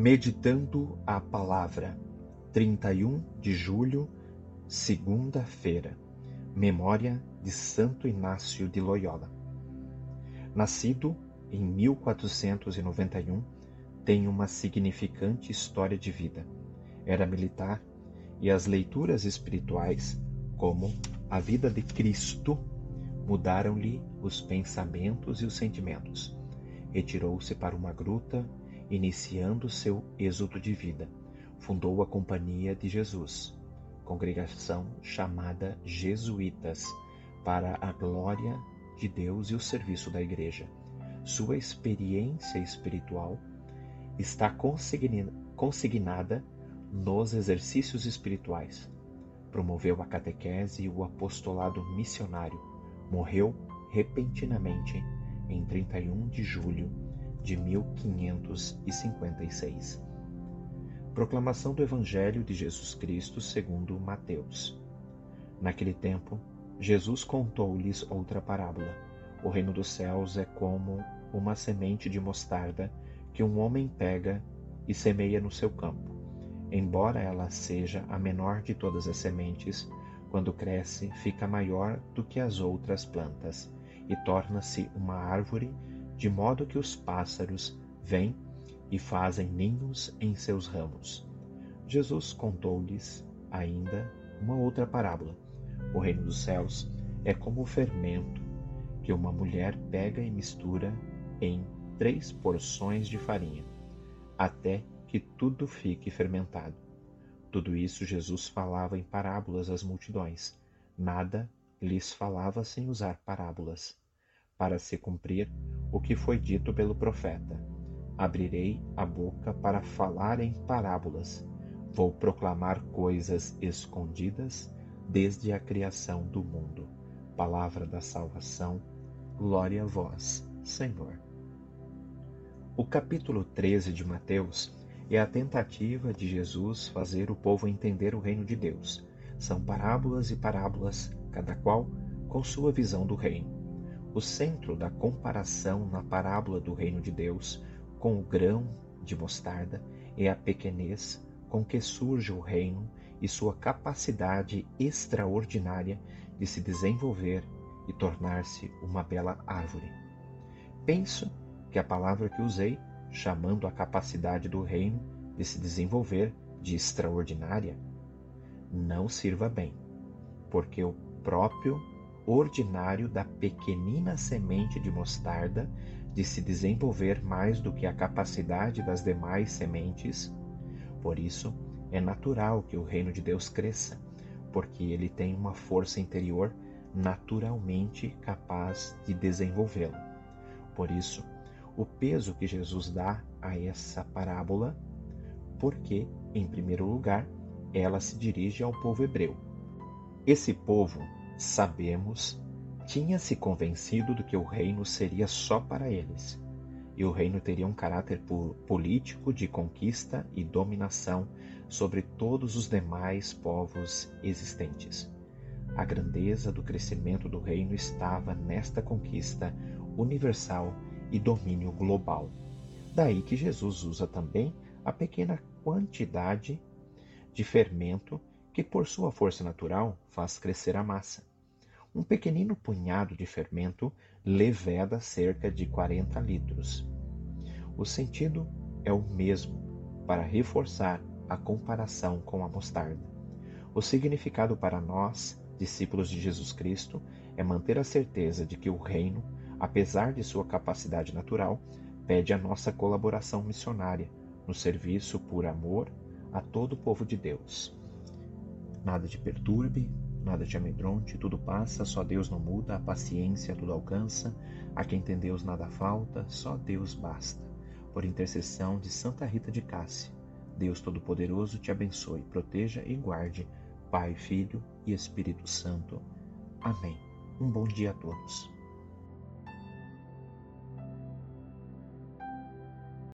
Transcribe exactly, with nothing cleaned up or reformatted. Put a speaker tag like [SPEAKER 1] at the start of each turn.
[SPEAKER 1] Meditando a Palavra, trinta e um de julho, segunda-feira. Memória de Santo Inácio de Loyola. Nascido em mil quatrocentos e noventa e um, tem uma significante história de vida. Era militar e as leituras espirituais, como a vida de Cristo, mudaram-lhe os pensamentos e os sentimentos. Retirou-se para uma gruta, iniciando seu êxodo de vida. Fundou a Companhia de Jesus, congregação chamada Jesuítas, para a glória de Deus e o serviço da Igreja. Sua experiência espiritual está consignada nos exercícios espirituais. Promoveu a catequese e o apostolado missionário. Morreu repentinamente em trinta e um de julho de mil quinhentos e cinquenta e seis. Proclamação do Evangelho de Jesus Cristo segundo Mateus. Naquele tempo, Jesus contou-lhes outra parábola. O reino dos céus é como uma semente de mostarda que um homem pega e semeia no seu campo. Embora ela seja a menor de todas as sementes, quando cresce, fica maior do que as outras plantas e torna-se uma árvore, de modo que os pássaros vêm e fazem ninhos em seus ramos. Jesus contou-lhes ainda uma outra parábola. O reino dos céus é como o fermento que uma mulher pega e mistura em três porções de farinha, até que tudo fique fermentado. Tudo isso Jesus falava em parábolas às multidões. Nada lhes falava sem usar parábolas, para se cumprir o que foi dito pelo profeta: abrirei a boca para falar em parábolas. Vou proclamar coisas escondidas desde a criação do mundo. Palavra da salvação. Glória a vós, Senhor. O capítulo treze de Mateus é a tentativa de Jesus fazer o povo entender o reino de Deus. São parábolas e parábolas, cada qual com sua visão do reino. O centro da comparação na parábola do reino de Deus com o grão de mostarda é a pequenez com que surge o reino e sua capacidade extraordinária de se desenvolver e tornar-se uma bela árvore. Penso que a palavra que usei, chamando a capacidade do reino de se desenvolver de extraordinária, não sirva bem, porque o próprio ordinário da pequenina semente de mostarda de se desenvolver mais do que a capacidade das demais sementes. Por isso, é natural que o reino de Deus cresça, porque ele tem uma força interior naturalmente capaz de desenvolvê-lo. Por isso, o peso que Jesus dá a essa parábola, porque, em primeiro lugar, ela se dirige ao povo hebreu. Esse povo, sabemos, tinha se convencido de que o reino seria só para eles, e o reino teria um caráter político de conquista e dominação sobre todos os demais povos existentes. A grandeza do crescimento do reino estava nesta conquista universal e domínio global. Daí que Jesus usa também a pequena quantidade de fermento que, por sua força natural, faz crescer a massa. Um pequenino punhado de fermento leveda cerca de quarenta litros. O sentido é o mesmo para reforçar a comparação com a mostarda. O significado para nós, discípulos de Jesus Cristo, é manter a certeza de que o reino, apesar de sua capacidade natural, pede a nossa colaboração missionária no serviço por amor a todo o povo de Deus. Nada te perturbe, nada te amedronte, tudo passa, só Deus não muda, a paciência tudo alcança, a quem tem Deus nada falta, só Deus basta. Por intercessão de Santa Rita de Cássia, Deus Todo-Poderoso te abençoe, proteja e guarde, Pai, Filho e Espírito Santo. Amém. Um bom dia a todos.